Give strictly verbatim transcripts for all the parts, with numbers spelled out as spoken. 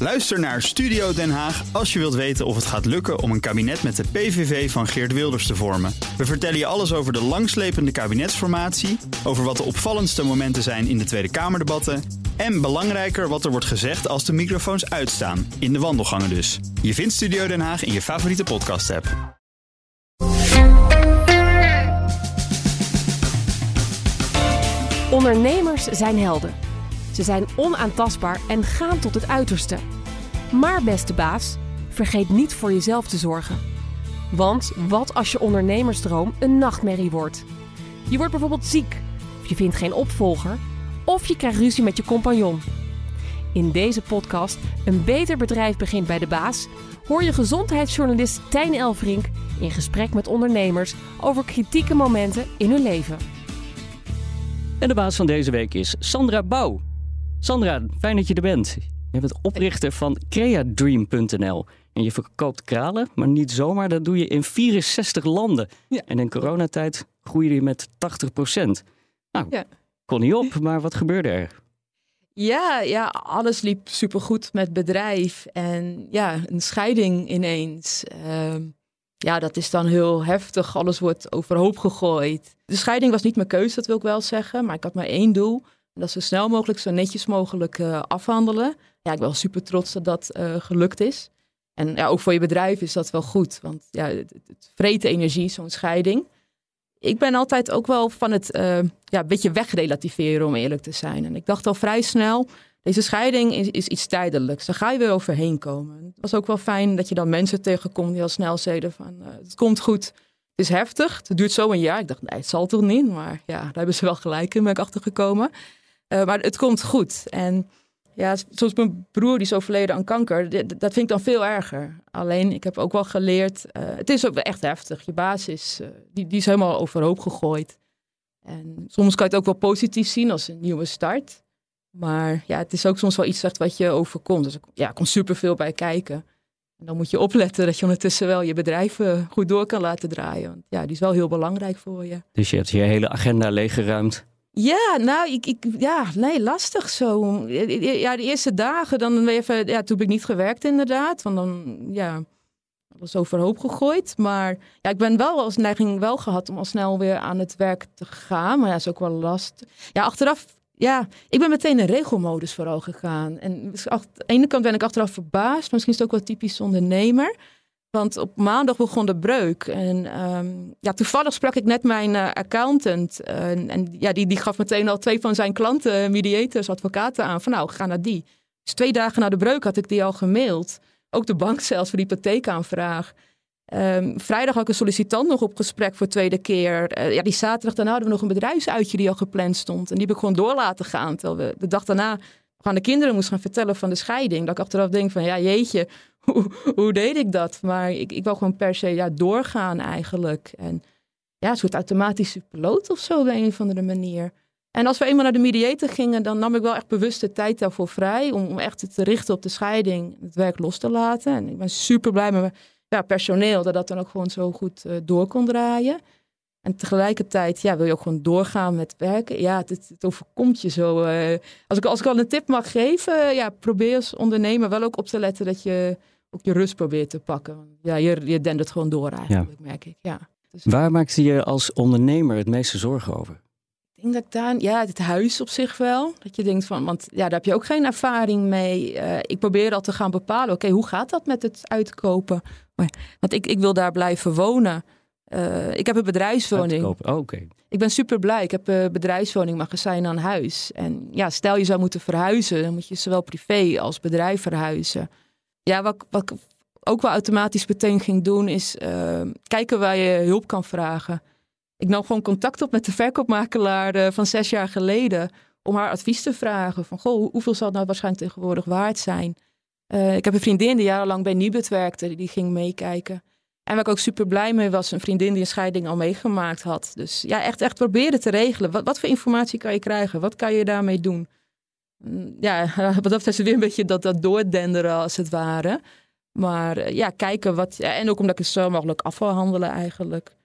Luister naar Studio Den Haag als je wilt weten of het gaat lukken om een kabinet met de P V V van Geert Wilders te vormen. We vertellen je alles over de langslepende kabinetsformatie, over wat de opvallendste momenten zijn in de Tweede Kamerdebatten en belangrijker wat er wordt gezegd als de microfoons uitstaan, in de wandelgangen dus. Je vindt Studio Den Haag in je favoriete podcast-app. Ondernemers zijn helden. Ze zijn onaantastbaar en gaan tot het uiterste. Maar beste baas, vergeet niet voor jezelf te zorgen. Want wat als je ondernemersdroom een nachtmerrie wordt? Je wordt bijvoorbeeld ziek, of je vindt geen opvolger, of je krijgt ruzie met je compagnon. In deze podcast Een Beter Bedrijf Begint bij de Baas hoor je gezondheidsjournalist Tijn Elfrink in gesprek met ondernemers over kritieke momenten in hun leven. En de baas van deze week is Sandra Bouw. Sandra, fijn dat je er bent. Je bent oprichter van creadream punt n l. En je verkoopt kralen, maar niet zomaar. Dat doe je in vierenzestig landen. Ja. En in coronatijd groeide je met tachtig procent. Nou, ja. Kon niet op, maar wat gebeurde er? Ja, ja, alles liep supergoed met bedrijf. En ja, een scheiding ineens. Uh, ja, dat is dan heel heftig. Alles wordt overhoop gegooid. De scheiding was niet mijn keuze, dat wil ik wel zeggen. Maar ik had maar één doel. En dat zo snel mogelijk, zo netjes mogelijk uh, afhandelen. Ja, ik ben wel super trots dat dat uh, gelukt is. En ja, ook voor je bedrijf is dat wel goed. Want ja, het, het vreet energie, zo'n scheiding. Ik ben altijd ook wel van het uh, ja, een beetje wegrelativeren, om eerlijk te zijn. En ik dacht al vrij snel, deze scheiding is, is iets tijdelijks. Daar ga je weer overheen komen. Het was ook wel fijn dat je dan mensen tegenkomt die al snel zeiden van, uh, het komt goed. Het is heftig, het duurt zo een jaar. Ik dacht, nee, het zal toch niet? Maar ja, daar hebben ze wel gelijk in, ben ik achtergekomen. Uh, maar het komt goed. En ja, zoals mijn broer, die is overleden aan kanker, dat vind ik dan veel erger. Alleen, ik heb ook wel geleerd, uh, het is ook echt heftig. Je baas is, uh, die, die is helemaal overhoop gegooid. En soms kan je het ook wel positief zien als een nieuwe start. Maar ja, het is ook soms wel iets echt wat je overkomt. Dus ja, er komt superveel bij kijken. En dan moet je opletten dat je ondertussen wel je bedrijf uh, goed door kan laten draaien. Want ja, die is wel heel belangrijk voor je. Dus je hebt je hele agenda leeggeruimd? Ja, nou, ik, ik, ja, nee, lastig zo. Ja, de eerste dagen, dan even, ja, toen heb ik niet gewerkt inderdaad. Want dan, ja, alles overhoop gegooid. Maar ja, ik ben wel als neiging wel gehad om al snel weer aan het werk te gaan. Maar ja, is ook wel last. Ja, achteraf, ja, ik ben meteen in regelmodus vooral gegaan. En aan de ene kant ben ik achteraf verbaasd. Maar misschien is het ook wel typisch ondernemer. Want op maandag begon de breuk. En um, ja, toevallig sprak ik net mijn uh, accountant. Uh, en en ja, die, die gaf meteen al twee van zijn klanten, mediators, advocaten aan. Van nou, ga naar die. Dus twee dagen na de breuk had ik die al gemaild. Ook de bank zelfs voor die hypotheekaanvraag. Um, vrijdag had ik een sollicitant nog op gesprek voor de tweede keer. Uh, ja, die zaterdag daarna hadden we nog een bedrijfsuitje die al gepland stond. En die heb ik gewoon door laten gaan. Terwijl we de dag daarna aan de kinderen moest gaan vertellen van de scheiding. Dat ik achteraf denk van ja, jeetje. Hoe, hoe deed ik dat? Maar ik, ik wil gewoon per se ja, doorgaan eigenlijk. En ja, een soort automatische piloot of zo op een of andere manier. En als we eenmaal naar de mediator gingen, dan nam ik wel echt bewust de tijd daarvoor vrij. Om, om echt te richten op de scheiding, het werk los te laten. En ik ben super blij met mijn ja, personeel dat dat dan ook gewoon zo goed uh, door kon draaien. En tegelijkertijd ja, wil je ook gewoon doorgaan met werken. Ja, het, het, het overkomt je zo. Uh, als, ik, als ik al een tip mag geven, uh, ja, probeer als ondernemer wel ook op te letten dat je ook je rust probeert te pakken. Ja, je, je dendert gewoon door eigenlijk, ja. merk ik. Ja. Dus, waar maakte je als ondernemer het meeste zorgen over? Ik denk dat ik daar, ja, het huis op zich wel. Dat je denkt van, want ja, daar heb je ook geen ervaring mee. Uh, ik probeer al te gaan bepalen, oké, okay, hoe gaat dat met het uitkopen? Maar, want ik, ik wil daar blijven wonen. Uh, ik heb een bedrijfswoning. Oh, okay. Ik ben super blij. Ik heb een bedrijfswoning, magazijn aan huis. En ja, stel je zou moeten verhuizen, dan moet je zowel privé als bedrijf verhuizen. Ja, wat, wat ik ook wel automatisch meteen ging doen, is uh, kijken waar je hulp kan vragen. Ik nam gewoon contact op met de verkoopmakelaar uh, van zes jaar geleden om haar advies te vragen. Van, goh, hoeveel zal het nou waarschijnlijk tegenwoordig waard zijn? Uh, ik heb een vriendin die jarenlang bij Nibud werkte, die ging meekijken. En waar ik ook super blij mee was, een vriendin die een scheiding al meegemaakt had. Dus ja, echt, echt proberen te regelen. Wat, wat voor informatie kan je krijgen? Wat kan je daarmee doen? Ja, wat dat is weer een beetje dat, dat doordenderen als het ware. Maar ja, kijken wat... En ook omdat ik het zo mogelijk af wil handelen eigenlijk.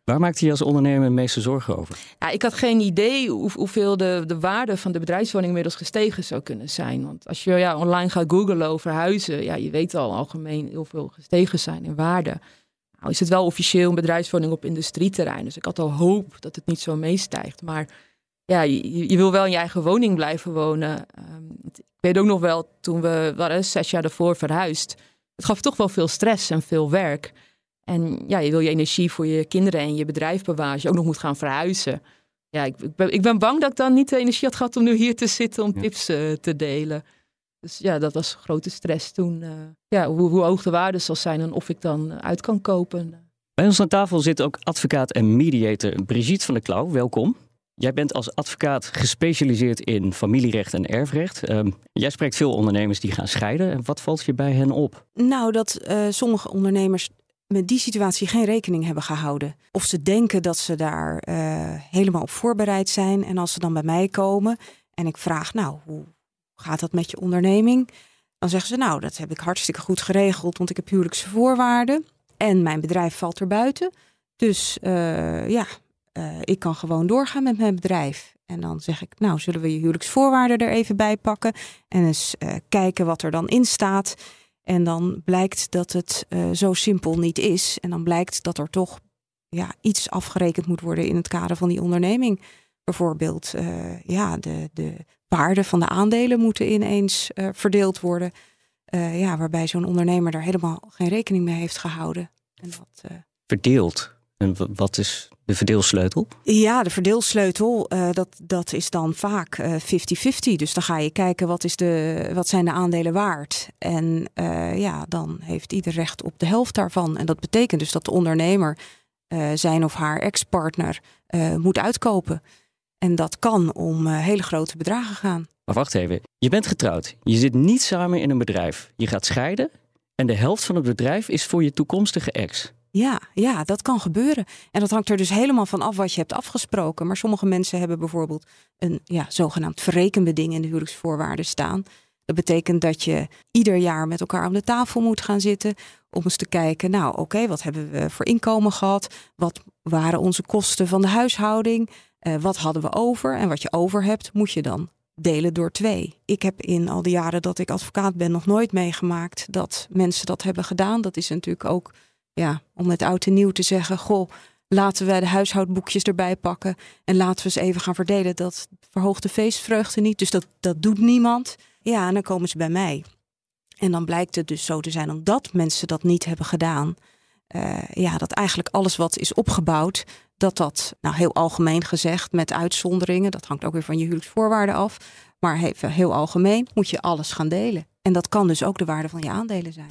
Waar maakte je als ondernemer de meeste zorgen over? Ja, ik had geen idee hoe, hoeveel de, de waarde van de bedrijfswoning inmiddels gestegen zou kunnen zijn. Want als je ja, online gaat googlen over huizen, ja, je weet al algemeen heel veel gestegen zijn in waarde. Nou is het wel officieel een bedrijfswoning op industrieterrein. Dus ik had al hoop dat het niet zo meestijgt. Maar ja, je, je wil wel in je eigen woning blijven wonen. Um, ik weet ook nog wel, toen we waren zes jaar daarvoor verhuisd. Het gaf toch wel veel stress en veel werk. En ja, je wil je energie voor je kinderen en je bedrijf bewaren. Als je ook nog moet gaan verhuizen. Ja, ik, ik, ben, ik ben bang dat ik dan niet de energie had gehad om nu hier te zitten om ja. tips uh, te delen. Dus ja, dat was grote stress toen. Uh, ja, hoe, hoe hoog de waarde zal zijn en of ik dan uit kan kopen. Bij ons aan tafel zit ook advocaat en mediator Brigitte van der Klauw. Welkom. Jij bent als advocaat gespecialiseerd in familierecht en erfrecht. Um, jij spreekt veel ondernemers die gaan scheiden. En wat valt je bij hen op? Nou, dat uh, sommige ondernemers met die situatie geen rekening hebben gehouden. Of ze denken dat ze daar uh, helemaal op voorbereid zijn. En als ze dan bij mij komen en ik vraag, nou, hoe gaat dat met je onderneming? Dan zeggen ze, nou, dat heb ik hartstikke goed geregeld, want ik heb huwelijkse voorwaarden. En mijn bedrijf valt er buiten. Dus uh, ja, uh, ik kan gewoon doorgaan met mijn bedrijf. En dan zeg ik, nou, zullen we je huwelijksvoorwaarden er even bij pakken? En eens uh, kijken wat er dan in staat. En dan blijkt dat het uh, zo simpel niet is. En dan blijkt dat er toch ja, iets afgerekend moet worden in het kader van die onderneming. Bijvoorbeeld, uh, ja, de, de waarde van de aandelen moeten ineens uh, verdeeld worden. Uh, ja, waarbij zo'n ondernemer daar helemaal geen rekening mee heeft gehouden. En dat, uh... Verdeeld? En wat is de verdeelsleutel? Ja, de verdeelsleutel, uh, dat, dat is dan vaak uh, vijftig vijftig. Dus dan ga je kijken wat, is de, wat zijn de aandelen waard. En uh, ja, dan heeft ieder recht op de helft daarvan. En dat betekent dus dat de ondernemer uh, zijn of haar ex-partner uh, moet uitkopen. En dat kan om uh, hele grote bedragen gaan. Maar wacht even, je bent getrouwd. Je zit niet samen in een bedrijf. Je gaat scheiden en de helft van het bedrijf is voor je toekomstige ex. Ja, ja, dat kan gebeuren. En dat hangt er dus helemaal van af wat je hebt afgesproken. Maar sommige mensen hebben bijvoorbeeld een ja, zogenaamd verrekenbeding in de huwelijksvoorwaarden staan. Dat betekent dat je ieder jaar met elkaar aan de tafel moet gaan zitten om eens te kijken, nou oké, okay, wat hebben we voor inkomen gehad? Wat waren onze kosten van de huishouding? Uh, wat hadden we over? En wat je over hebt, moet je dan delen door twee. Ik heb in al die jaren dat ik advocaat ben nog nooit meegemaakt dat mensen dat hebben gedaan. Dat is natuurlijk ook, ja, om het oud en nieuw te zeggen, goh, laten we de huishoudboekjes erbij pakken en laten we eens even gaan verdelen. Dat verhoogt de feestvreugde niet, dus dat, dat doet niemand. Ja, en dan komen ze bij mij. En dan blijkt het dus zo te zijn, omdat mensen dat niet hebben gedaan, uh, ja, dat eigenlijk alles wat is opgebouwd, dat dat, nou heel algemeen gezegd, met uitzonderingen, dat hangt ook weer van je huwelijksvoorwaarden af, maar even heel algemeen moet je alles gaan delen. En dat kan dus ook de waarde van je aandelen zijn.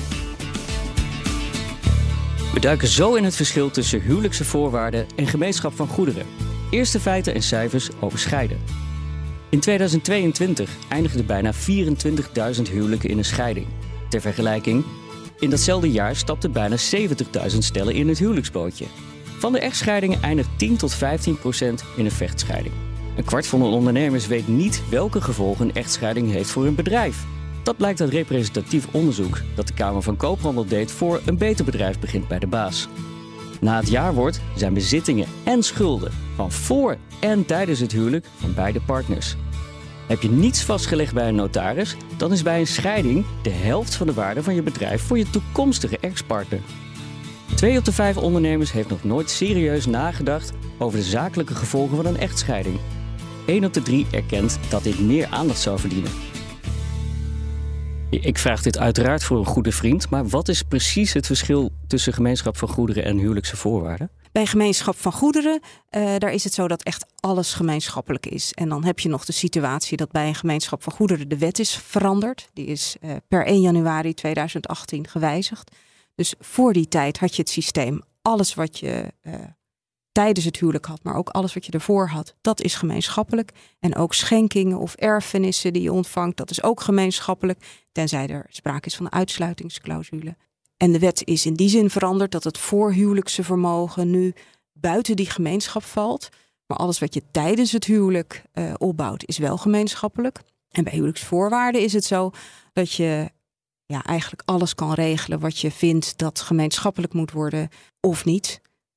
We duiken zo in het verschil tussen huwelijkse voorwaarden en gemeenschap van goederen. Eerste feiten en cijfers over scheiden. In tweeduizend tweeëntwintig eindigden bijna vierentwintigduizend huwelijken in een scheiding. Ter vergelijking, in datzelfde jaar stapten bijna zeventigduizend stellen in het huwelijksbootje. Van de echtscheidingen eindigt tien tot vijftien procent in een vechtscheiding. Een kwart van de ondernemers weet niet welke gevolgen een echtscheiding heeft voor hun bedrijf. Dat blijkt uit representatief onderzoek dat de Kamer van Koophandel deed voor Een Beter Bedrijf begint bij de baas. Na het jaarwoord zijn bezittingen en schulden van voor en tijdens het huwelijk van beide partners. Heb je niets vastgelegd bij een notaris, dan is bij een scheiding de helft van de waarde van je bedrijf voor je toekomstige ex-partner. Twee op de vijf ondernemers heeft nog nooit serieus nagedacht over de zakelijke gevolgen van een echtscheiding. Eén op de drie erkent dat dit meer aandacht zou verdienen. Ik vraag dit uiteraard voor een goede vriend, maar wat is precies het verschil tussen gemeenschap van goederen en huwelijkse voorwaarden? Bij gemeenschap van goederen, uh, daar is het zo dat echt alles gemeenschappelijk is. En dan heb je nog de situatie dat bij een gemeenschap van goederen de wet is veranderd. Die is uh, per één januari tweeduizend achttien gewijzigd. Dus voor die tijd had je het systeem, alles wat je uh, tijdens het huwelijk had, maar ook alles wat je ervoor had, dat is gemeenschappelijk. En ook schenkingen of erfenissen die je ontvangt, dat is ook gemeenschappelijk. Tenzij er sprake is van een uitsluitingsclausule. En de wet is in die zin veranderd dat het voorhuwelijkse vermogen nu buiten die gemeenschap valt. Maar alles wat je tijdens het huwelijk uh, opbouwt is wel gemeenschappelijk. En bij huwelijksvoorwaarden is het zo dat je ja, eigenlijk alles kan regelen wat je vindt dat gemeenschappelijk moet worden of niet.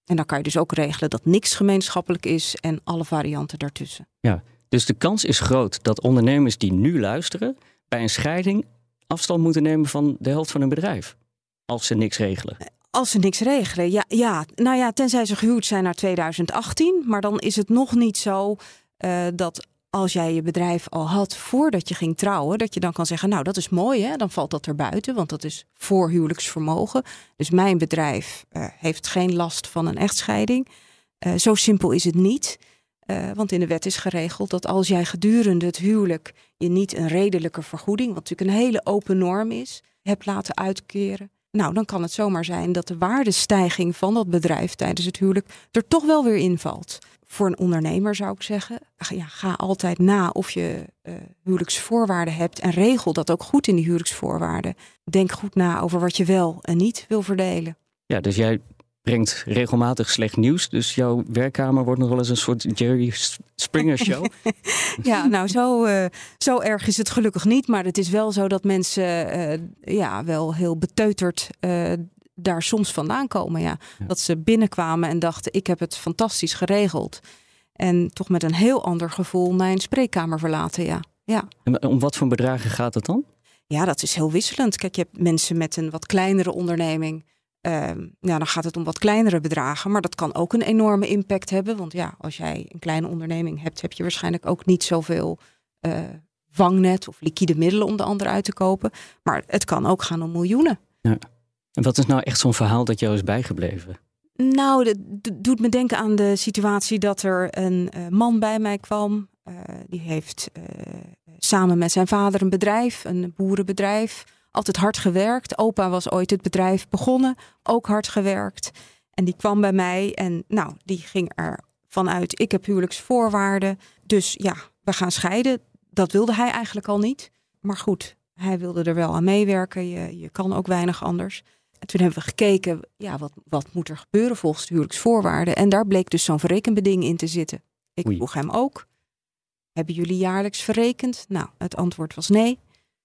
En dan kan je dus ook regelen dat niks gemeenschappelijk is en alle varianten daartussen. Ja, dus de kans is groot dat ondernemers die nu luisteren bij een scheiding afstand moeten nemen van de helft van hun bedrijf. Als ze niks regelen. Als ze niks regelen, ja, ja. Nou ja, tenzij ze gehuwd zijn naar twintig achttien. Maar dan is het nog niet zo uh, dat als jij je bedrijf al had voordat je ging trouwen, dat je dan kan zeggen, nou dat is mooi, hè? Dan valt dat er buiten, want dat is voorhuwelijksvermogen. Dus mijn bedrijf uh, heeft geen last van een echtscheiding. Uh, zo simpel is het niet. Uh, want in de wet is geregeld dat als jij gedurende het huwelijk je niet een redelijke vergoeding, wat natuurlijk een hele open norm is, hebt laten uitkeren. Nou, dan kan het zomaar zijn dat de waardestijging van dat bedrijf tijdens het huwelijk er toch wel weer invalt. Voor een ondernemer zou ik zeggen, ja, ga altijd na of je uh, huwelijksvoorwaarden hebt en regel dat ook goed in die huwelijksvoorwaarden. Denk goed na over wat je wel en niet wil verdelen. Ja, dus jij brengt regelmatig slecht nieuws. Dus jouw werkkamer wordt nog wel eens een soort Jerry Springer show. Ja, nou zo, uh, zo erg is het gelukkig niet. Maar het is wel zo dat mensen uh, ja, wel heel beteuterd uh, daar soms vandaan komen. Ja. Ja. Dat ze binnenkwamen en dachten, ik heb het fantastisch geregeld. En toch met een heel ander gevoel mijn spreekkamer verlaten. Ja. Ja. En om wat voor bedragen gaat het dan? Ja, dat is heel wisselend. Kijk, je hebt mensen met een wat kleinere onderneming. Uh, ja, dan gaat het om wat kleinere bedragen. Maar dat kan ook een enorme impact hebben. Want ja, als jij een kleine onderneming hebt, heb je waarschijnlijk ook niet zoveel uh, vangnet of liquide middelen om de ander uit te kopen. Maar het kan ook gaan om miljoenen. Ja. En wat is nou echt zo'n verhaal dat jou is bijgebleven? Nou, dat doet me denken aan de situatie dat er een uh, man bij mij kwam. Uh, die heeft uh, samen met zijn vader een bedrijf, een boerenbedrijf. Altijd hard gewerkt. Opa was ooit het bedrijf begonnen. Ook hard gewerkt. En die kwam bij mij. En nou, die ging er vanuit. Ik heb huwelijksvoorwaarden. Dus ja, we gaan scheiden. Dat wilde hij eigenlijk al niet. Maar goed, hij wilde er wel aan meewerken. Je, je kan ook weinig anders. En toen hebben we gekeken. Ja, wat, wat moet er gebeuren volgens de huwelijksvoorwaarden? En daar bleek dus zo'n verrekenbeding in te zitten. Ik Oei. vroeg hem ook. Hebben jullie jaarlijks verrekend? Nou, het antwoord was nee.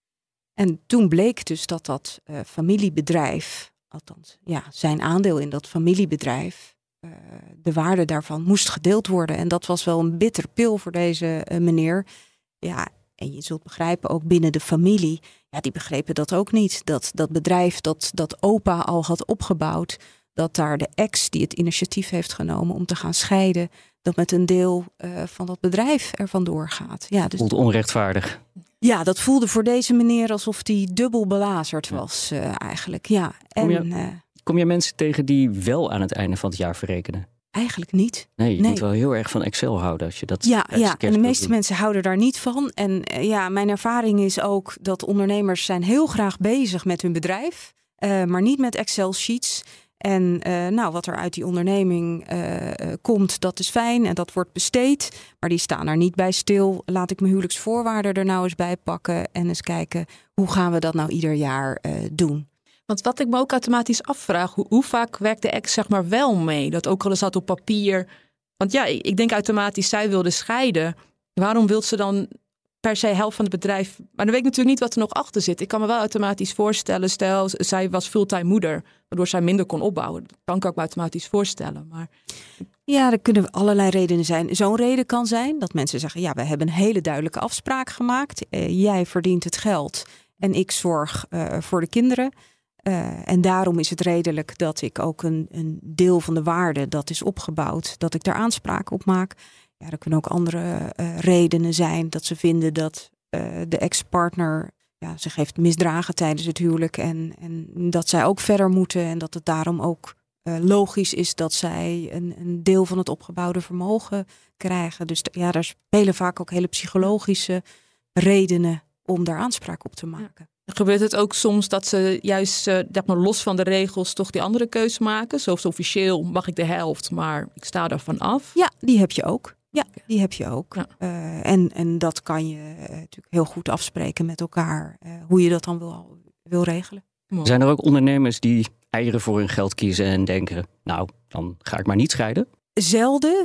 En toen bleek dus dat dat uh, familiebedrijf, althans ja, zijn aandeel in dat familiebedrijf, uh, de waarde daarvan moest gedeeld worden. En dat was wel een bitter pil voor deze uh, meneer. Ja, en je zult begrijpen, ook binnen de familie, ja, die begrepen dat ook niet. Dat dat bedrijf dat, dat opa al had opgebouwd, dat daar de ex die het initiatief heeft genomen om te gaan scheiden, dat met een deel uh, van dat bedrijf er vandoor gaat. Ja, dus voelt onrechtvaardig. Ja, dat voelde voor deze meneer alsof hij dubbel belazerd was uh, eigenlijk. Ja. En, kom, je, uh, kom je mensen tegen die wel aan het einde van het jaar verrekenen? Eigenlijk niet. Nee, je nee. moet wel heel erg van Excel houden als je dat. Ja, ja. En de meeste doen. mensen houden daar niet van. En uh, ja, mijn ervaring is ook dat ondernemers zijn heel graag bezig met hun bedrijf, uh, maar niet met Excel sheets. En uh, nou, wat er uit die onderneming uh, uh, komt, dat is fijn en dat wordt besteed. Maar die staan er niet bij stil. Laat ik mijn huwelijksvoorwaarden er nou eens bij pakken en eens kijken, hoe gaan we dat nou ieder jaar uh, doen? Want wat ik me ook automatisch afvraag, hoe, hoe vaak werkt de ex zeg maar wel mee? Dat ook al eens had op papier. Want ja, ik denk automatisch, zij wilde scheiden. Waarom wil ze dan per se helft van het bedrijf? Maar dan weet ik natuurlijk niet wat er nog achter zit. Ik kan me wel automatisch voorstellen, stel, zij was fulltime moeder, waardoor zij minder kon opbouwen. Dan kan ik me automatisch voorstellen. Maar ja, er kunnen allerlei redenen zijn. Zo'n reden kan zijn dat mensen zeggen, ja, we hebben een hele duidelijke afspraak gemaakt. Uh, jij verdient het geld en ik zorg uh, voor de kinderen. Uh, en daarom is het redelijk dat ik ook een, een deel van de waarde dat is opgebouwd, dat ik daar aanspraak op maak. Ja, er kunnen ook andere uh, redenen zijn dat ze vinden dat uh, de ex-partner ja, zich heeft misdragen tijdens het huwelijk. En, en dat zij ook verder moeten. En dat het daarom ook uh, logisch is dat zij een, een deel van het opgebouwde vermogen krijgen. Dus ja, daar spelen vaak ook hele psychologische redenen om daar aanspraak op te maken. Ja. Gebeurt het ook soms dat ze juist uh, dat maar los van de regels toch die andere keuze maken? Zoals officieel mag ik de helft, maar ik sta daarvan af. Ja, die heb je ook. Ja, die heb je ook. Ja. Uh, en, en dat kan je uh, natuurlijk heel goed afspreken met elkaar. Uh, hoe je dat dan wil, wil regelen. Mooi. Zijn er ook ondernemers die eieren voor hun geld kiezen en denken, nou, dan ga ik maar niet scheiden? Zelden,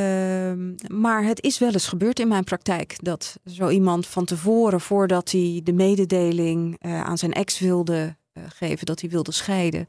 uh, maar het is wel eens gebeurd in mijn praktijk dat zo iemand van tevoren, voordat hij de mededeling uh, aan zijn ex wilde uh, geven dat hij wilde scheiden,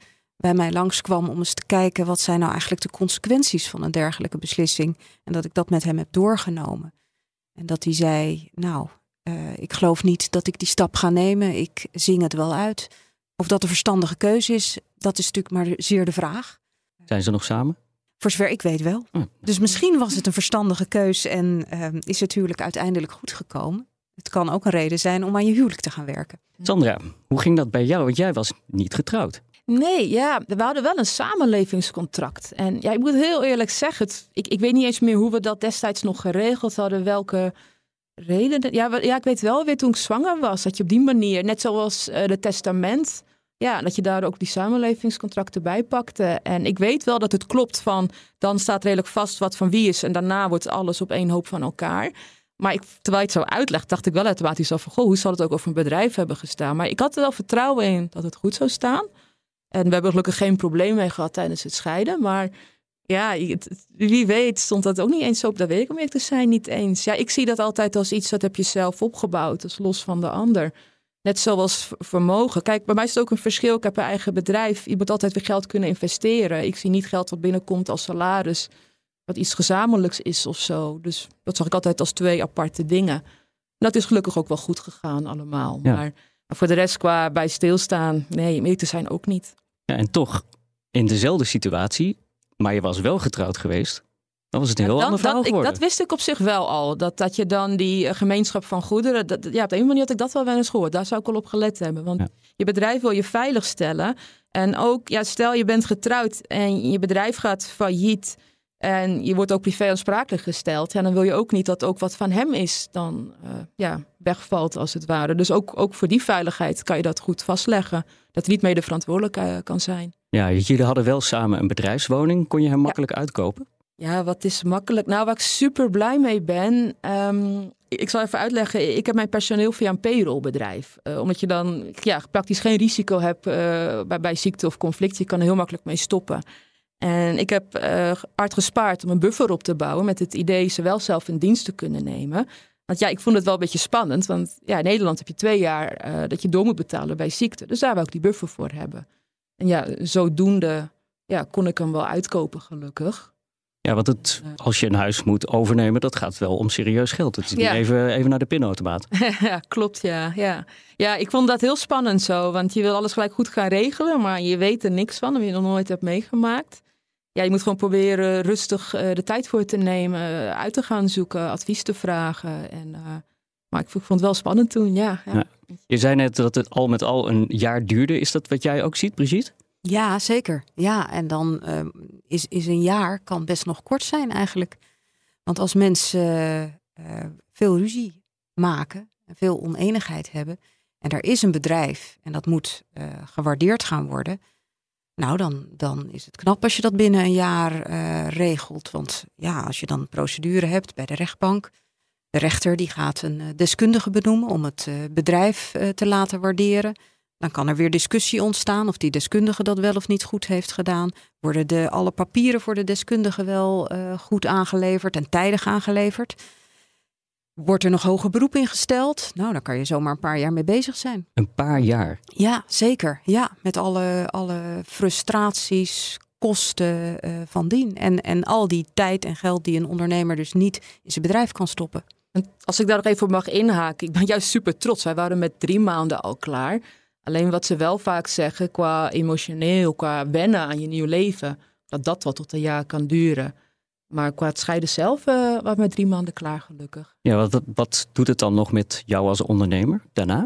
bij mij langskwam om eens te kijken wat zijn nou eigenlijk de consequenties van een dergelijke beslissing. En dat ik dat met hem heb doorgenomen. En dat hij zei, nou, uh, ik geloof niet dat ik die stap ga nemen. Ik zing het wel uit. Of dat een verstandige keuze is, dat is natuurlijk maar zeer de vraag. Zijn ze nog samen? Voor zover ik weet wel. Oh. Dus misschien was het een verstandige keus en uh, is het huwelijk uiteindelijk goed gekomen. Het kan ook een reden zijn om aan je huwelijk te gaan werken. Sandra, hoe ging dat bij jou? Want jij was niet getrouwd. Nee, ja, we hadden wel een samenlevingscontract. En ja, ik moet heel eerlijk zeggen, het, ik, ik weet niet eens meer hoe we dat destijds nog geregeld hadden. Welke reden. Ja, ja, ik weet wel weer toen ik zwanger was, dat je op die manier, net zoals uh, het testament, ja, dat je daar ook die samenlevingscontracten bij pakte. En ik weet wel dat het klopt van, dan staat redelijk vast wat van wie is en daarna wordt alles op één hoop van elkaar. Maar ik, terwijl je het zo uitlegt, dacht ik wel automatisch al van, goh, hoe zal het ook over een bedrijf hebben gestaan? Maar ik had er wel vertrouwen in dat het goed zou staan. En we hebben gelukkig geen probleem mee gehad tijdens het scheiden. Maar ja, het, wie weet stond dat ook niet eens zo op. Dat weet ik om eerlijk te zijn niet eens. Ja, ik zie dat altijd als iets dat heb je zelf opgebouwd. Dat is los van de ander. Net zoals vermogen. Kijk, bij mij is het ook een verschil. Ik heb een eigen bedrijf. Je moet altijd weer geld kunnen investeren. Ik zie niet geld wat binnenkomt als salaris. Wat iets gezamenlijks is of zo. Dus dat zag ik altijd als twee aparte dingen. En dat is gelukkig ook wel goed gegaan allemaal. Ja. Maar voor de rest qua bij stilstaan, nee, om eerlijk te zijn ook niet. Ja, en toch, in dezelfde situatie, maar je was wel getrouwd geweest, dan was het een heel ja, dan, ander verhaal dat, geworden. Ik, dat wist ik op zich wel al. Dat, dat je dan die uh, gemeenschap van goederen, dat, ja, op de een manier had ik dat wel wel eens gehoord. Daar zou ik al op gelet hebben. Want ja. je bedrijf wil je veilig stellen. En ook, ja, stel je bent getrouwd en je bedrijf gaat failliet en je wordt ook privé aansprakelijk gesteld. Ja, dan wil je ook niet dat ook wat van hem is dan uh, ja, wegvalt als het ware. Dus ook, ook voor die veiligheid kan je dat goed vastleggen. Dat hij niet mede verantwoordelijk uh, kan zijn. Ja, jullie hadden wel samen een bedrijfswoning. Kon je hem makkelijk ja. uitkopen? Ja, wat is makkelijk? Nou, waar ik super blij mee ben. Um, ik zal even uitleggen. Ik heb mijn personeel via een payrollbedrijf. Uh, omdat je dan ja, praktisch geen risico hebt uh, bij, bij ziekte of conflict. Je kan er heel makkelijk mee stoppen. En ik heb uh, hard gespaard om een buffer op te bouwen met het idee ze wel zelf in dienst te kunnen nemen. Want ja, ik vond het wel een beetje spannend. Want ja, in Nederland heb je twee jaar uh, dat je door moet betalen bij ziekte. Dus daar wil ik die buffer voor hebben. En ja, zodoende ja, kon ik hem wel uitkopen, gelukkig. Ja, want het, als je een huis moet overnemen, dat gaat wel om serieus geld. Het is ja. niet even, even naar de pinautomaat. Ja, klopt, ja, ja. Ja, ik vond dat heel spannend zo. Want je wil alles gelijk goed gaan regelen, maar je weet er niks van, omdat je nog nooit hebt meegemaakt. Ja, je moet gewoon proberen rustig uh, de tijd voor te nemen, uh, uit te gaan zoeken, advies te vragen. En, uh, maar ik vond het wel spannend toen, ja, ja. ja. Je zei net dat het al met al een jaar duurde. Is dat wat jij ook ziet, Brigitte? Ja, zeker. Ja, en dan uh, is, is een jaar kan best nog kort zijn eigenlijk. Want als mensen uh, uh, veel ruzie maken, veel oneenigheid hebben, en er is een bedrijf en dat moet uh, gewaardeerd gaan worden, nou dan, dan is het knap als je dat binnen een jaar uh, regelt. Want ja, als je dan een procedure hebt bij de rechtbank, de rechter die gaat een uh, deskundige benoemen om het uh, bedrijf uh, te laten waarderen. Dan kan er weer discussie ontstaan of die deskundige dat wel of niet goed heeft gedaan. Worden de, alle papieren voor de deskundige wel uh, goed aangeleverd en tijdig aangeleverd? Wordt er nog hoger beroep ingesteld? Nou, daar kan je zomaar een paar jaar mee bezig zijn. Een paar jaar? Ja, zeker. Ja, met alle, alle frustraties, kosten uh, van dien. En, en al die tijd en geld die een ondernemer dus niet in zijn bedrijf kan stoppen. Als ik daar nog even op mag inhaken. Ik ben juist super trots. Wij waren met drie maanden al klaar. Alleen wat ze wel vaak zeggen qua emotioneel, qua wennen aan je nieuw leven, dat dat wel tot een jaar kan duren. Maar qua het scheiden zelf uh, waren we met drie maanden klaar, gelukkig. Ja, wat, wat doet het dan nog met jou als ondernemer daarna?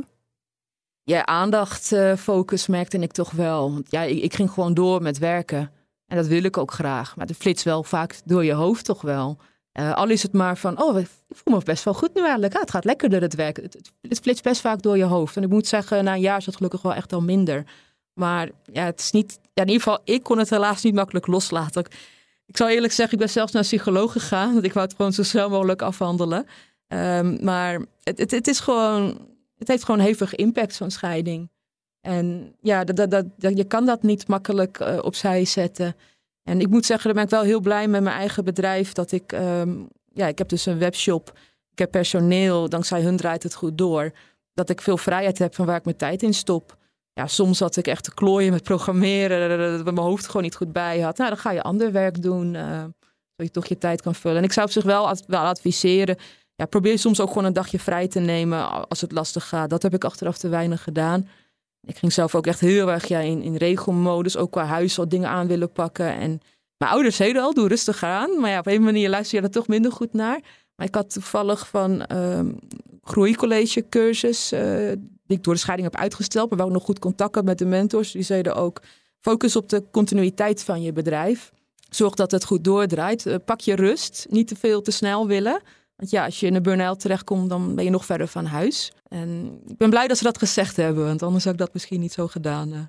Ja, aandacht, uh, focus merkte ik toch wel. Want ja, ik, ik ging gewoon door met werken. En dat wil ik ook graag. Maar het flitst wel vaak door je hoofd toch wel. Uh, al is het maar van, oh, ik voel me best wel goed nu eigenlijk. Ah, het gaat lekkerder, het werk. Het, het, het flitst best vaak door je hoofd. En ik moet zeggen, na een jaar is het gelukkig wel echt al minder. Maar ja, het is niet, ja, in ieder geval, ik kon het helaas niet makkelijk loslaten. Ik, ik zal eerlijk zeggen, ik ben zelfs naar een psycholoog gegaan. Want ik wou het gewoon zo snel mogelijk afhandelen. Um, maar het, het, het is gewoon, het heeft gewoon hevig impact, zo'n scheiding. En ja, dat, dat, dat, dat, je kan dat niet makkelijk uh, opzij zetten. En ik moet zeggen, daar ben ik wel heel blij met mijn eigen bedrijf. Dat ik, um, ja, ik heb dus een webshop. Ik heb personeel, dankzij hun draait het goed door. Dat ik veel vrijheid heb van waar ik mijn tijd in stop. Ja, soms zat ik echt te klooien met programmeren, dat mijn hoofd gewoon niet goed bij had. Nou, dan ga je ander werk doen, uh, zodat je toch je tijd kan vullen. En ik zou op zich wel, wel adviseren, ja, probeer soms ook gewoon een dagje vrij te nemen als het lastig gaat. Dat heb ik achteraf te weinig gedaan. Ik ging zelf ook echt heel erg ja, in, in regelmodus, ook qua huis wat dingen aan willen pakken. En mijn ouders zeiden al, doe rustig aan. Maar ja, op een manier luister je er toch minder goed naar. Maar ik had toevallig van um, groeicollege cursus, uh, die ik door de scheiding heb uitgesteld, maar wel nog goed contact had met de mentors. Die zeiden ook, focus op de continuïteit van je bedrijf. Zorg dat het goed doordraait. Uh, pak je rust, niet te veel te snel willen. Want ja, als je in een burn-out terechtkomt, dan ben je nog verder van huis. En ik ben blij dat ze dat gezegd hebben, want anders had ik dat misschien niet zo gedaan. Uh.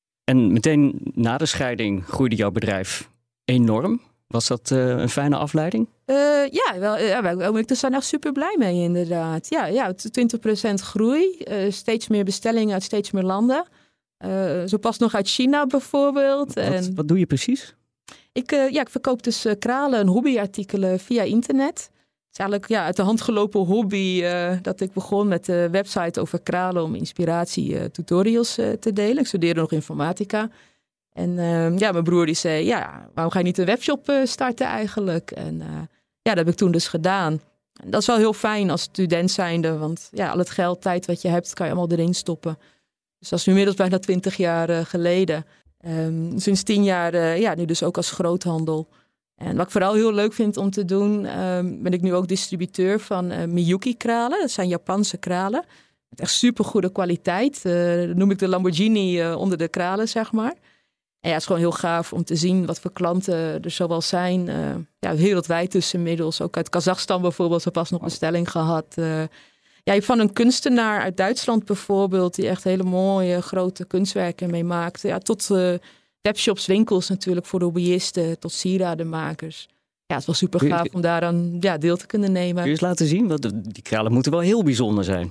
En meteen na de scheiding groeide jouw bedrijf enorm. Was dat uh, een fijne afleiding? Uh, ja, wel, ja, wij zijn echt super blij mee inderdaad. Ja, ja, twintig procent groei, uh, steeds meer bestellingen uit steeds meer landen. Uh, zo pas nog uit China bijvoorbeeld. Wat, en wat doe je precies? Ik, uh, ja, ik verkoop dus uh, kralen en hobbyartikelen via internet. Het is eigenlijk ja, uit de hand gelopen hobby uh, dat ik begon met de website over kralen om inspiratie uh, tutorials uh, te delen. Ik studeerde nog informatica. En uh, ja, mijn broer die zei, ja, waarom ga je niet een webshop uh, starten eigenlijk? En uh, ja, dat heb ik toen dus gedaan. En dat is wel heel fijn als student zijnde, want ja, al het geld, tijd wat je hebt, kan je allemaal erin stoppen. Dus dat is nu inmiddels bijna twintig jaar uh, geleden. Um, sinds tien jaar, uh, ja, nu dus ook als groothandel. En wat ik vooral heel leuk vind om te doen, um, ben ik nu ook distributeur van uh, Miyuki kralen. Dat zijn Japanse kralen. Met echt supergoede kwaliteit. Uh, dat noem ik de Lamborghini uh, onder de kralen, zeg maar. En ja, het is gewoon heel gaaf om te zien wat voor klanten er zowel zijn. Uh, ja, wereldwijd dus inmiddels. Ook uit Kazachstan bijvoorbeeld, zo pas nog een bestelling gehad. Uh, ja, je hebt van een kunstenaar uit Duitsland bijvoorbeeld, die echt hele mooie grote kunstwerken mee maakt. Ja, tot uh, webshops, winkels natuurlijk voor de hobbyisten, tot sieradenmakers. Ja, het is wel super gaaf om daaraan ja, deel te kunnen nemen. Kun je eens laten zien? Want die kralen moeten wel heel bijzonder zijn.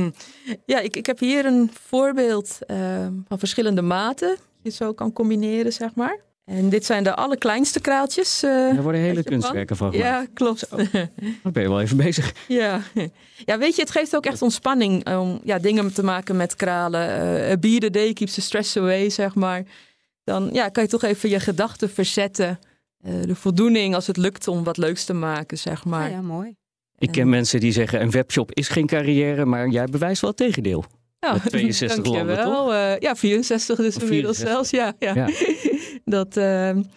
Ja, ik, ik heb hier een voorbeeld uh, van verschillende maten. Je zo kan combineren, zeg maar. En dit zijn de allerkleinste kraaltjes. Uh, Daar worden hele kunstwerken van gemaakt. Ja, klopt. Dan ben je wel even bezig. Ja. Ja, weet je, het geeft ook echt ontspanning om ja, dingen te maken met kralen. Uh, be the day keeps the stress away, zeg maar. Dan ja, kan je toch even je gedachten verzetten. Uh, de voldoening als het lukt om wat leuks te maken, zeg maar. Ja, ja, mooi. Ik ken mensen die zeggen, een webshop is geen carrière, maar jij bewijst wel het tegendeel. Ja, met tweeënzestig landen, toch? Uh, ja, vierenzestig dus inmiddels zelfs. Ja, ja. ja. Dat, uh...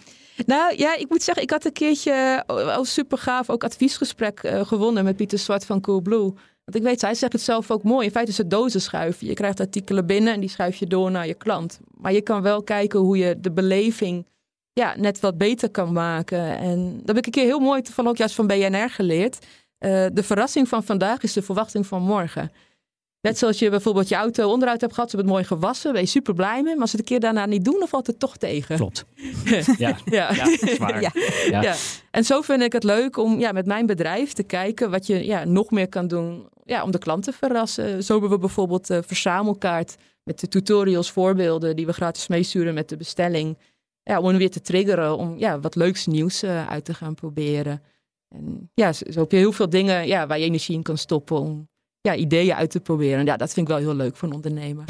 Nou ja, ik moet zeggen, ik had een keertje al super gaaf ook adviesgesprek uh, gewonnen met Pieter Zwart van Coolblue. Want ik weet, hij zegt het zelf ook mooi. In feite is het dozen schuiven. Je krijgt artikelen binnen en die schuif je door naar je klant. Maar je kan wel kijken hoe je de beleving ja, net wat beter kan maken. En dat heb ik een keer heel mooi toevallig ook juist van B N R geleerd. Uh, de verrassing van vandaag is de verwachting van morgen. Net zoals je bijvoorbeeld je auto onderuit hebt gehad, ze hebben het mooi gewassen, ben je super blij mee. Maar als ze het een keer daarna niet doen, dan valt het toch tegen. Klopt. Ja, ja. ja zwaar. Ja. Ja. Ja. En zo vind ik het leuk om ja, met mijn bedrijf te kijken wat je ja, nog meer kan doen ja, om de klant te verrassen. Zo hebben we bijvoorbeeld de verzamelkaart met de tutorials, voorbeelden die we gratis meesturen met de bestelling. Ja, om hem weer te triggeren om ja, wat leuks nieuws uh, uit te gaan proberen. En ja, zo, zo heb je heel veel dingen ja, waar je energie in kan stoppen om ja, ideeën uit te proberen. Ja, dat vind ik wel heel leuk voor een ondernemer.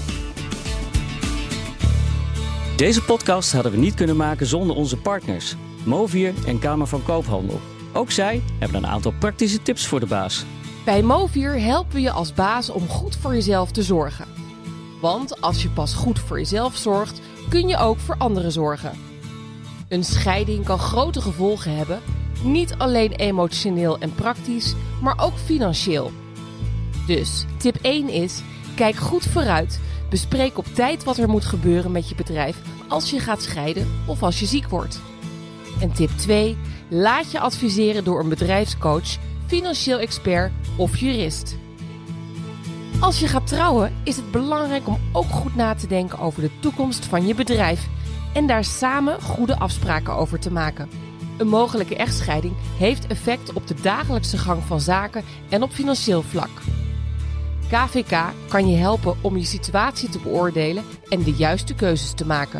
Deze podcast hadden we niet kunnen maken zonder onze partners, Movier en Kamer van Koophandel. Ook zij hebben een aantal praktische tips voor de baas. Bij Movier helpen we je als baas om goed voor jezelf te zorgen. Want als je pas goed voor jezelf zorgt, kun je ook voor anderen zorgen. Een scheiding kan grote gevolgen hebben, niet alleen emotioneel en praktisch, maar ook financieel. Dus tip één is, kijk goed vooruit. Bespreek op tijd wat er moet gebeuren met je bedrijf als je gaat scheiden of als je ziek wordt. En tip twee, laat je adviseren door een bedrijfscoach, financieel expert of jurist. Als je gaat trouwen is het belangrijk om ook goed na te denken over de toekomst van je bedrijf en daar samen goede afspraken over te maken. Een mogelijke echtscheiding heeft effect op de dagelijkse gang van zaken en op financieel vlak. K V K kan je helpen om je situatie te beoordelen en de juiste keuzes te maken.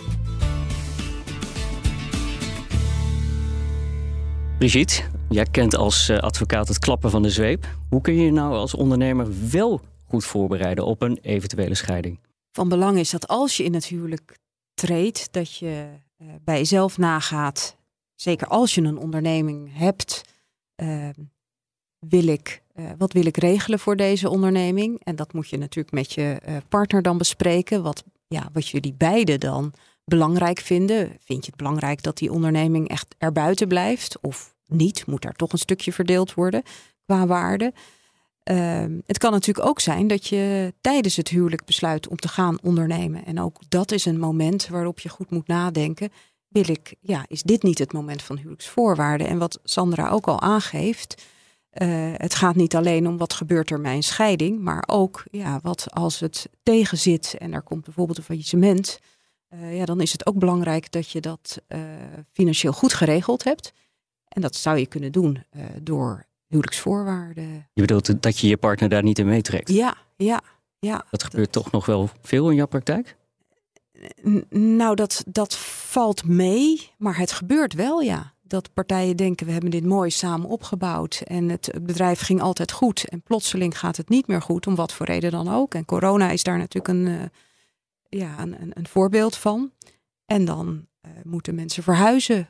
Brigitte, jij kent als advocaat het klappen van de zweep. Hoe kun je je nou als ondernemer wel goed voorbereiden op een eventuele scheiding? van belang is dat als je in het huwelijk treedt, dat je uh, bij jezelf nagaat, zeker als je een onderneming hebt, uh, wil ik, uh, wat wil ik regelen voor deze onderneming? En dat moet je natuurlijk met je uh, partner dan bespreken. Wat, ja, wat jullie beiden dan belangrijk vinden. Vind je het belangrijk dat die onderneming echt erbuiten blijft? Of niet? Moet daar toch een stukje verdeeld worden qua waarde? Uh, het kan natuurlijk ook zijn dat je tijdens het huwelijk besluit om te gaan ondernemen. En ook dat is een moment waarop je goed moet nadenken. Wil ik, ja, is dit niet het moment van huwelijksvoorwaarden? En wat Sandra ook al aangeeft, uh, het gaat niet alleen om wat gebeurt er bij een scheiding, maar ook ja, wat als het tegenzit en er komt bijvoorbeeld een faillissement. Uh, ja, dan is het ook belangrijk dat je dat uh, financieel goed geregeld hebt. En dat zou je kunnen doen uh, door huwelijksvoorwaarden. Je bedoelt dat je je partner daar niet in meetrekt? Ja, ja, ja. Dat gebeurt dat... toch nog wel veel in jouw praktijk? N- nou, dat, dat valt mee, maar het gebeurt wel, ja. Dat partijen denken, we hebben dit mooi samen opgebouwd en het bedrijf ging altijd goed. En plotseling gaat het niet meer goed, om wat voor reden dan ook. En corona is daar natuurlijk een, uh, ja, een, een, een voorbeeld van. En dan uh, moeten mensen verhuizen.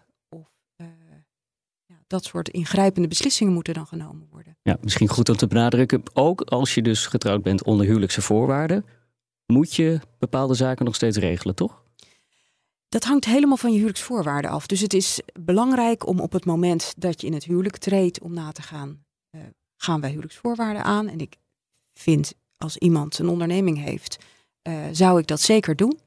Dat soort ingrijpende beslissingen moeten dan genomen worden. Ja, misschien goed om te benadrukken. Ook als je dus getrouwd bent onder huwelijkse voorwaarden, moet je bepaalde zaken nog steeds regelen, toch? Dat hangt helemaal van je huwelijksvoorwaarden af. Dus het is belangrijk om op het moment dat je in het huwelijk treedt, om na te gaan, uh, gaan wij huwelijksvoorwaarden aan. En ik vind, als iemand een onderneming heeft, uh, zou ik dat zeker doen.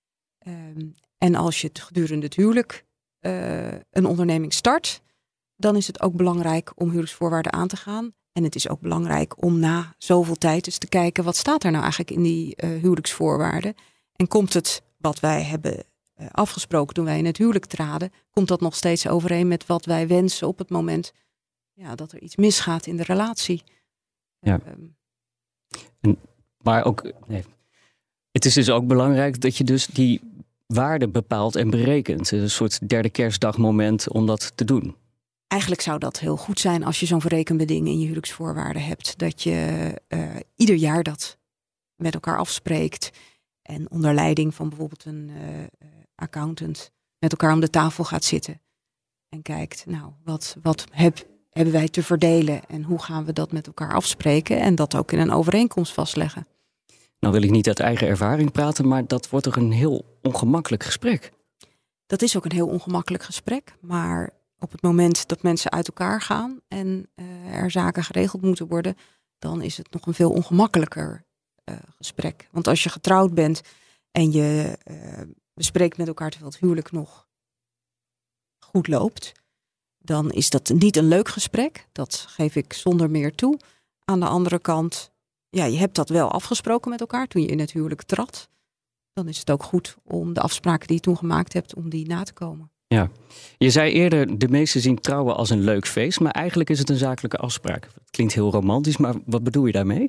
Um, en als je het gedurende het huwelijk uh, een onderneming start, dan is het ook belangrijk om huwelijksvoorwaarden aan te gaan. En het is ook belangrijk om na zoveel tijd eens te kijken, wat staat er nou eigenlijk in die uh, huwelijksvoorwaarden? En komt het, wat wij hebben uh, afgesproken toen wij in het huwelijk traden, komt dat nog steeds overeen met wat wij wensen op het moment ja, dat er iets misgaat in de relatie? Ja. Um, en, maar ook, nee. Het is dus ook belangrijk dat je dus die waarden bepaalt en berekent. Een soort derde kerstdagmoment om dat te doen. Eigenlijk zou dat heel goed zijn als je zo'n verrekenbeding in je huwelijksvoorwaarden hebt. Dat je uh, ieder jaar dat met elkaar afspreekt. En onder leiding van bijvoorbeeld een uh, accountant met elkaar om de tafel gaat zitten. En kijkt, nou, wat, wat heb, hebben wij te verdelen? En hoe gaan we dat met elkaar afspreken? En dat ook in een overeenkomst vastleggen. Nou wil ik niet uit eigen ervaring praten, maar dat wordt toch een heel ongemakkelijk gesprek? Dat is ook een heel ongemakkelijk gesprek, maar op het moment dat mensen uit elkaar gaan en uh, er zaken geregeld moeten worden, dan is het nog een veel ongemakkelijker uh, gesprek. Want als je getrouwd bent en je uh, bespreekt met elkaar terwijl het huwelijk nog goed loopt, dan is dat niet een leuk gesprek. Dat geef ik zonder meer toe. Aan de andere kant, ja, je hebt dat wel afgesproken met elkaar toen je in het huwelijk trad. Dan is het ook goed om de afspraken die je toen gemaakt hebt, om die na te komen. Ja, je zei eerder, de meesten zien trouwen als een leuk feest, maar eigenlijk is het een zakelijke afspraak. Het klinkt heel romantisch, maar wat bedoel je daarmee?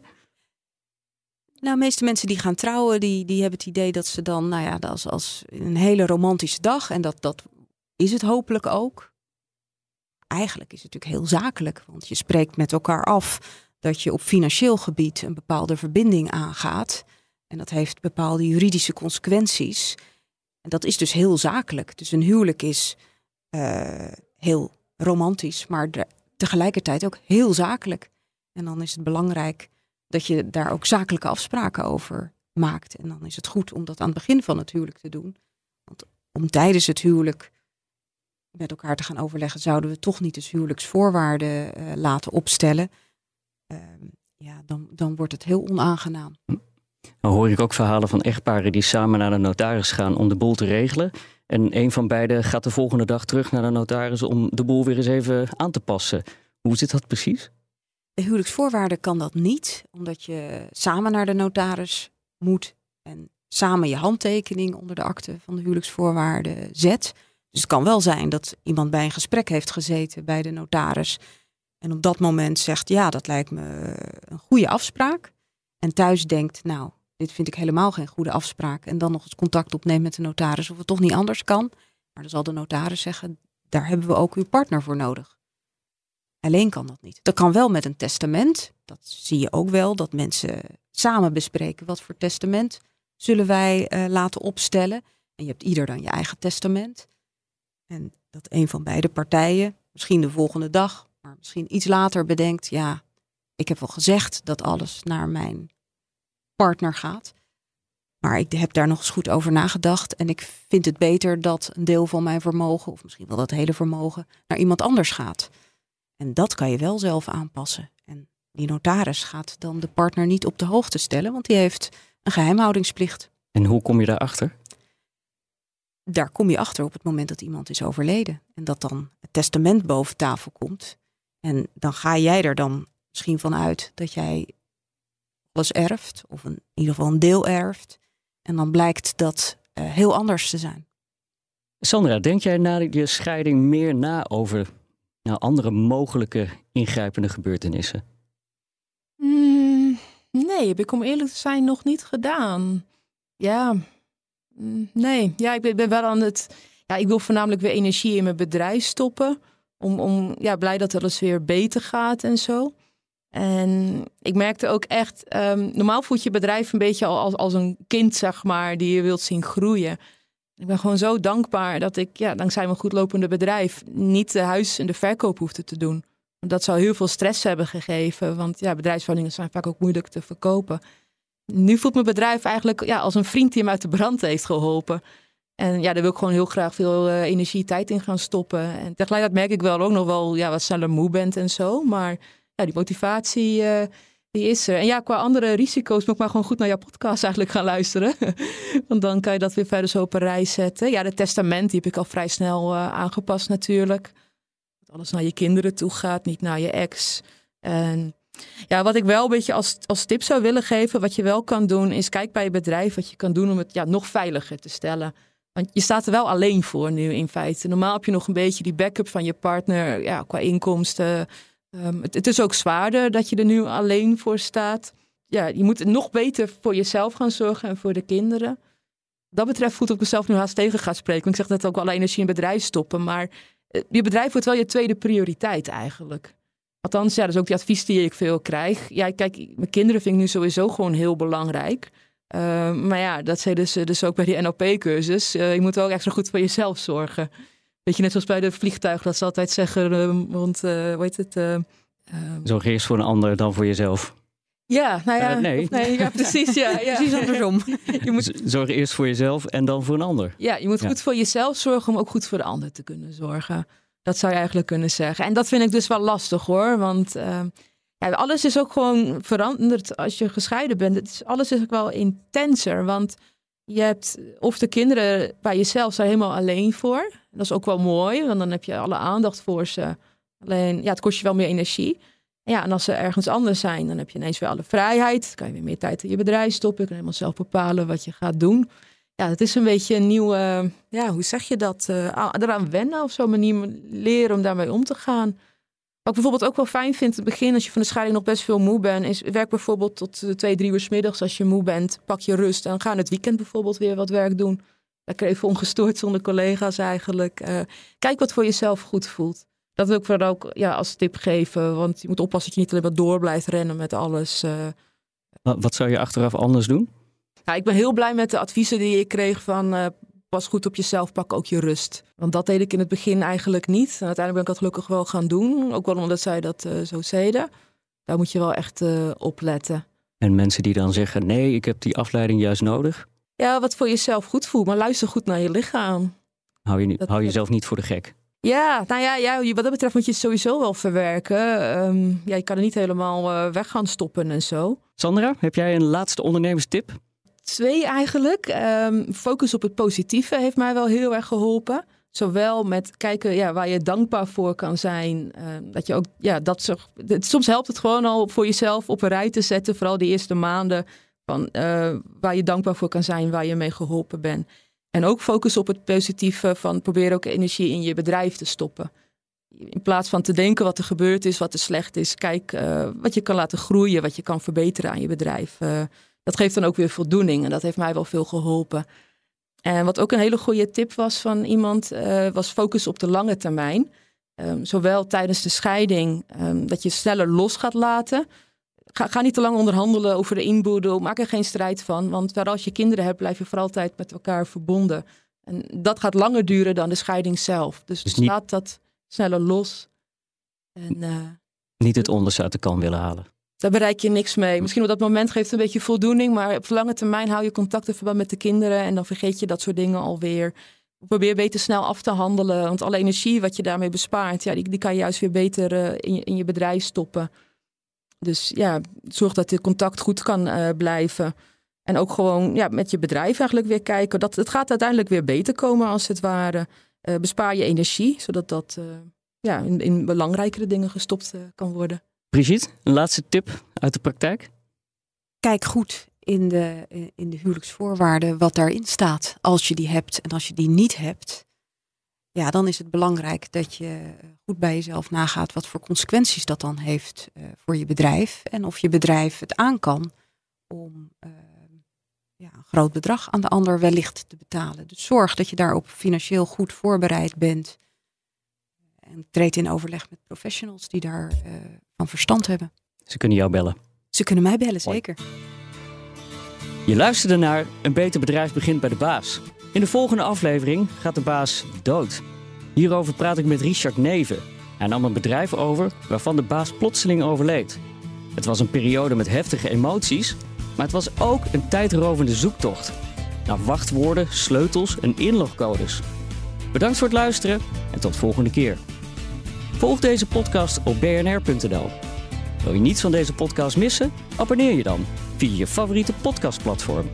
Nou, de meeste mensen die gaan trouwen, die, die hebben het idee dat ze dan, nou ja, als, als een hele romantische dag, en dat, dat is het hopelijk ook. Eigenlijk is het natuurlijk heel zakelijk, want je spreekt met elkaar af dat je op financieel gebied een bepaalde verbinding aangaat. En dat heeft bepaalde juridische consequenties. En dat is dus heel zakelijk. Dus een huwelijk is uh, heel romantisch, maar de, tegelijkertijd ook heel zakelijk. En dan is het belangrijk dat je daar ook zakelijke afspraken over maakt. En dan is het goed om dat aan het begin van het huwelijk te doen. Want om tijdens het huwelijk met elkaar te gaan overleggen, zouden we toch niet de huwelijksvoorwaarden uh, laten opstellen. Uh, ja, dan, dan wordt het heel onaangenaam. Dan hoor ik ook verhalen van echtparen die samen naar de notaris gaan om de boel te regelen. En een van beiden gaat de volgende dag terug naar de notaris om de boel weer eens even aan te passen. Hoe zit dat precies? De huwelijksvoorwaarden kan dat niet, omdat je samen naar de notaris moet en samen je handtekening onder de akte van de huwelijksvoorwaarden zet. Dus het kan wel zijn dat iemand bij een gesprek heeft gezeten bij de notaris en op dat moment zegt, ja, dat lijkt me een goede afspraak. En thuis denkt, nou, dit vind ik helemaal geen goede afspraak. En dan nog eens contact opneemt met de notaris of het toch niet anders kan. Maar dan zal de notaris zeggen, daar hebben we ook uw partner voor nodig. Alleen kan dat niet. Dat kan wel met een testament. Dat zie je ook wel, dat mensen samen bespreken wat voor testament zullen wij uh, laten opstellen. En je hebt ieder dan je eigen testament. En dat een van beide partijen, misschien de volgende dag, maar misschien iets later bedenkt, ja, ik heb wel gezegd dat alles naar mijn partner gaat. Maar ik heb daar nog eens goed over nagedacht. En ik vind het beter dat een deel van mijn vermogen, of misschien wel dat hele vermogen, naar iemand anders gaat. En dat kan je wel zelf aanpassen. En die notaris gaat dan de partner niet op de hoogte stellen, want die heeft een geheimhoudingsplicht. En hoe kom je daarachter? Daar kom je achter op het moment dat iemand is overleden. En dat dan het testament boven tafel komt. En dan ga jij er dan misschien van uit dat jij alles erft. Of een, in ieder geval een deel erft. En dan blijkt dat uh, heel anders te zijn. Sandra, denk jij na je scheiding meer na over nou, andere mogelijke ingrijpende gebeurtenissen? Mm, nee, heb ik om eerlijk te zijn nog niet gedaan. Ja, mm, nee. Ja, ik ben, ben wel aan het... Ja, ik wil voornamelijk weer energie in mijn bedrijf stoppen. Om, om ja, blij dat alles weer beter gaat en zo. En ik merkte ook echt... Um, normaal voelt je bedrijf een beetje als, als een kind, zeg maar, die je wilt zien groeien. Ik ben gewoon zo dankbaar dat ik, ja, dankzij mijn goedlopende bedrijf, niet de huis- en de verkoop hoefde te doen. Dat zou heel veel stress hebben gegeven, want ja, bedrijfswoningen zijn vaak ook moeilijk te verkopen. Nu voelt mijn bedrijf eigenlijk ja, als een vriend die hem uit de brand heeft geholpen. En ja, daar wil ik gewoon heel graag veel uh, energie, tijd in gaan stoppen. En tegelijkertijd merk ik wel ook nog wel ja, wat sneller moe bent en zo. Maar ja, die motivatie, uh, die is er. En ja, qua andere risico's moet ik maar gewoon goed naar jouw podcast eigenlijk gaan luisteren. Want dan kan je dat weer verder zo op een rij zetten. Ja, de testament, die heb ik al vrij snel uh, aangepast natuurlijk. Dat alles naar je kinderen toe gaat, niet naar je ex. En ja, wat ik wel een beetje als, als tip zou willen geven, wat je wel kan doen, is kijk bij je bedrijf wat je kan doen om het ja, nog veiliger te stellen. Want je staat er wel alleen voor nu in feite. Normaal heb je nog een beetje die backup van je partner ja, qua inkomsten. Um, het, het is ook zwaarder dat je er nu alleen voor staat. Ja, je moet nog beter voor jezelf gaan zorgen en voor de kinderen. Wat dat betreft voelt ik mezelf nu haast tegen gaan spreken. Ik zeg dat ook wel energie in bedrijf stoppen. Maar uh, je bedrijf wordt wel je tweede prioriteit eigenlijk. Althans, ja, dat is ook die advies die ik veel krijg. Ja, kijk, mijn kinderen vind ik nu sowieso gewoon heel belangrijk. Uh, maar ja, dat zei dus, dus ook bij die N L P-cursus. Uh, je moet wel extra goed voor jezelf zorgen. Weet je, net zoals bij de vliegtuig, dat ze altijd zeggen, uh, want, uh, hoe heet het? Uh, uh, Zorg eerst voor een ander dan voor jezelf. Ja, nou ja, uh, nee. nee, ja precies. Ja, ja. Precies andersom. Je moet... Zorg eerst voor jezelf en dan voor een ander. Ja, je moet ja. goed voor jezelf zorgen om ook goed voor de ander te kunnen zorgen. Dat zou je eigenlijk kunnen zeggen. En dat vind ik dus wel lastig hoor, want uh, ja, alles is ook gewoon veranderd als je gescheiden bent. Het is, alles is ook wel intenser, want je hebt of de kinderen bij jezelf zijn helemaal alleen voor. Dat is ook wel mooi, want dan heb je alle aandacht voor ze. Alleen, ja, het kost je wel meer energie. En ja, en als ze ergens anders zijn, dan heb je ineens weer alle vrijheid. Dan kan je weer meer tijd in je bedrijf stoppen. Je kan helemaal zelf bepalen wat je gaat doen. Ja, het is een beetje een nieuwe, ja, hoe zeg je dat? Uh, eraan wennen of zo, manier leren om daarmee om te gaan. Wat ik bijvoorbeeld ook wel fijn vind in het begin, als je van de scheiding nog best veel moe bent, is werk bijvoorbeeld tot uh, twee, drie uur 's middags als je moe bent. Pak je rust en ga in het weekend bijvoorbeeld weer wat werk doen. Lekker even ongestoord zonder collega's eigenlijk. Uh, kijk wat voor jezelf goed voelt. Dat wil ik vooral ook ja, als tip geven, want je moet oppassen dat je niet alleen maar door blijft rennen met alles. Uh. Wat zou je achteraf anders doen? Ja, ik ben heel blij met de adviezen die ik kreeg van uh, pas goed op jezelf, pak ook je rust. Want dat deed ik in het begin eigenlijk niet. En uiteindelijk ben ik dat gelukkig wel gaan doen. Ook wel omdat zij dat uh, zo zeiden. Daar moet je wel echt uh, op letten. En mensen die dan zeggen, nee, ik heb die afleiding juist nodig? Ja, wat voor jezelf goed voelt. Maar luister goed naar je lichaam. Hou, je niet, dat, hou jezelf niet voor de gek. Ja, nou ja, ja, wat dat betreft moet je het sowieso wel verwerken. Um, ja, je kan er niet helemaal uh, weg gaan stoppen en zo. Sandra, heb jij een laatste ondernemerstip? Twee eigenlijk. Um, focus op het positieve heeft mij wel heel erg geholpen. Zowel met kijken ja, waar je dankbaar voor kan zijn. Uh, dat je ook, ja, dat zo, het, soms helpt het gewoon al voor jezelf op een rij te zetten. Vooral die eerste maanden. Van, uh, waar je dankbaar voor kan zijn, waar je mee geholpen bent. En ook focus op het positieve van probeer ook energie in je bedrijf te stoppen. In plaats van te denken wat er gebeurd is, wat er slecht is. Kijk uh, wat je kan laten groeien, wat je kan verbeteren aan je bedrijf. Uh, dat geeft dan ook weer voldoening en dat heeft mij wel veel geholpen. En wat ook een hele goede tip was van iemand, uh, was focus op de lange termijn. Um, zowel tijdens de scheiding, um, dat je sneller los gaat laten. ga, ga niet te lang onderhandelen over de inboedel. Maak er geen strijd van. Want waar als je kinderen hebt, blijf je voor altijd met elkaar verbonden. En dat gaat langer duren dan de scheiding zelf. Dus, dus niet, laat dat sneller los. En, uh, niet het onderste uit de kan willen halen. Daar bereik je niks mee. Misschien op dat moment geeft het een beetje voldoening. Maar op lange termijn hou je contact in verband met de kinderen. En dan vergeet je dat soort dingen alweer. Probeer beter snel af te handelen. Want alle energie wat je daarmee bespaart, ja, die, die kan je juist weer beter uh, in, je, in je bedrijf stoppen. Dus ja, zorg dat de contact goed kan uh, blijven. En ook gewoon ja, met je bedrijf eigenlijk weer kijken. Dat, het gaat uiteindelijk weer beter komen als het ware. Uh, bespaar je energie, zodat dat uh, ja, in, in belangrijkere dingen gestopt uh, kan worden. Brigitte, een laatste tip uit de praktijk? Kijk goed in de, in de huwelijksvoorwaarden wat daarin staat. Als je die hebt en als je die niet hebt. Ja, dan is het belangrijk dat je goed bij jezelf nagaat wat voor consequenties dat dan heeft uh, voor je bedrijf. En of je bedrijf het aan kan om uh, ja, een groot bedrag aan de ander wellicht te betalen. Dus zorg dat je daarop financieel goed voorbereid bent. En treed in overleg met professionals die daar uh, van verstand hebben. Ze kunnen jou bellen. Ze kunnen mij bellen, zeker. Je luisterde naar Een Beter Bedrijf begint bij de baas. In de volgende aflevering gaat de baas dood. Hierover praat ik met Richard Neven. Hij nam een bedrijf over waarvan de baas plotseling overleed. Het was een periode met heftige emoties, maar het was ook een tijdrovende zoektocht naar wachtwoorden, sleutels en inlogcodes. Bedankt voor het luisteren en tot volgende keer. Volg deze podcast op b n r punt n l. Wil je niets van deze podcast missen? Abonneer je dan via je favoriete podcastplatform.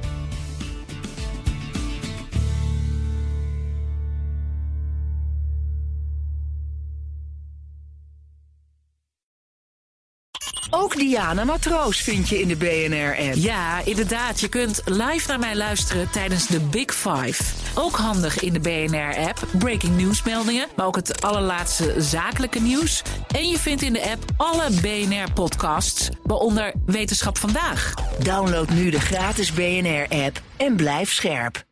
Ook Diana Matroos vind je in de B N R-app. Ja, inderdaad. Je kunt live naar mij luisteren tijdens de Big Five. Ook handig in de B N R-app. Breaking nieuwsmeldingen, maar ook het allerlaatste zakelijke nieuws. En je vindt in de app alle B N R-podcasts, waaronder Wetenschap Vandaag. Download nu de gratis B N R-app en blijf scherp.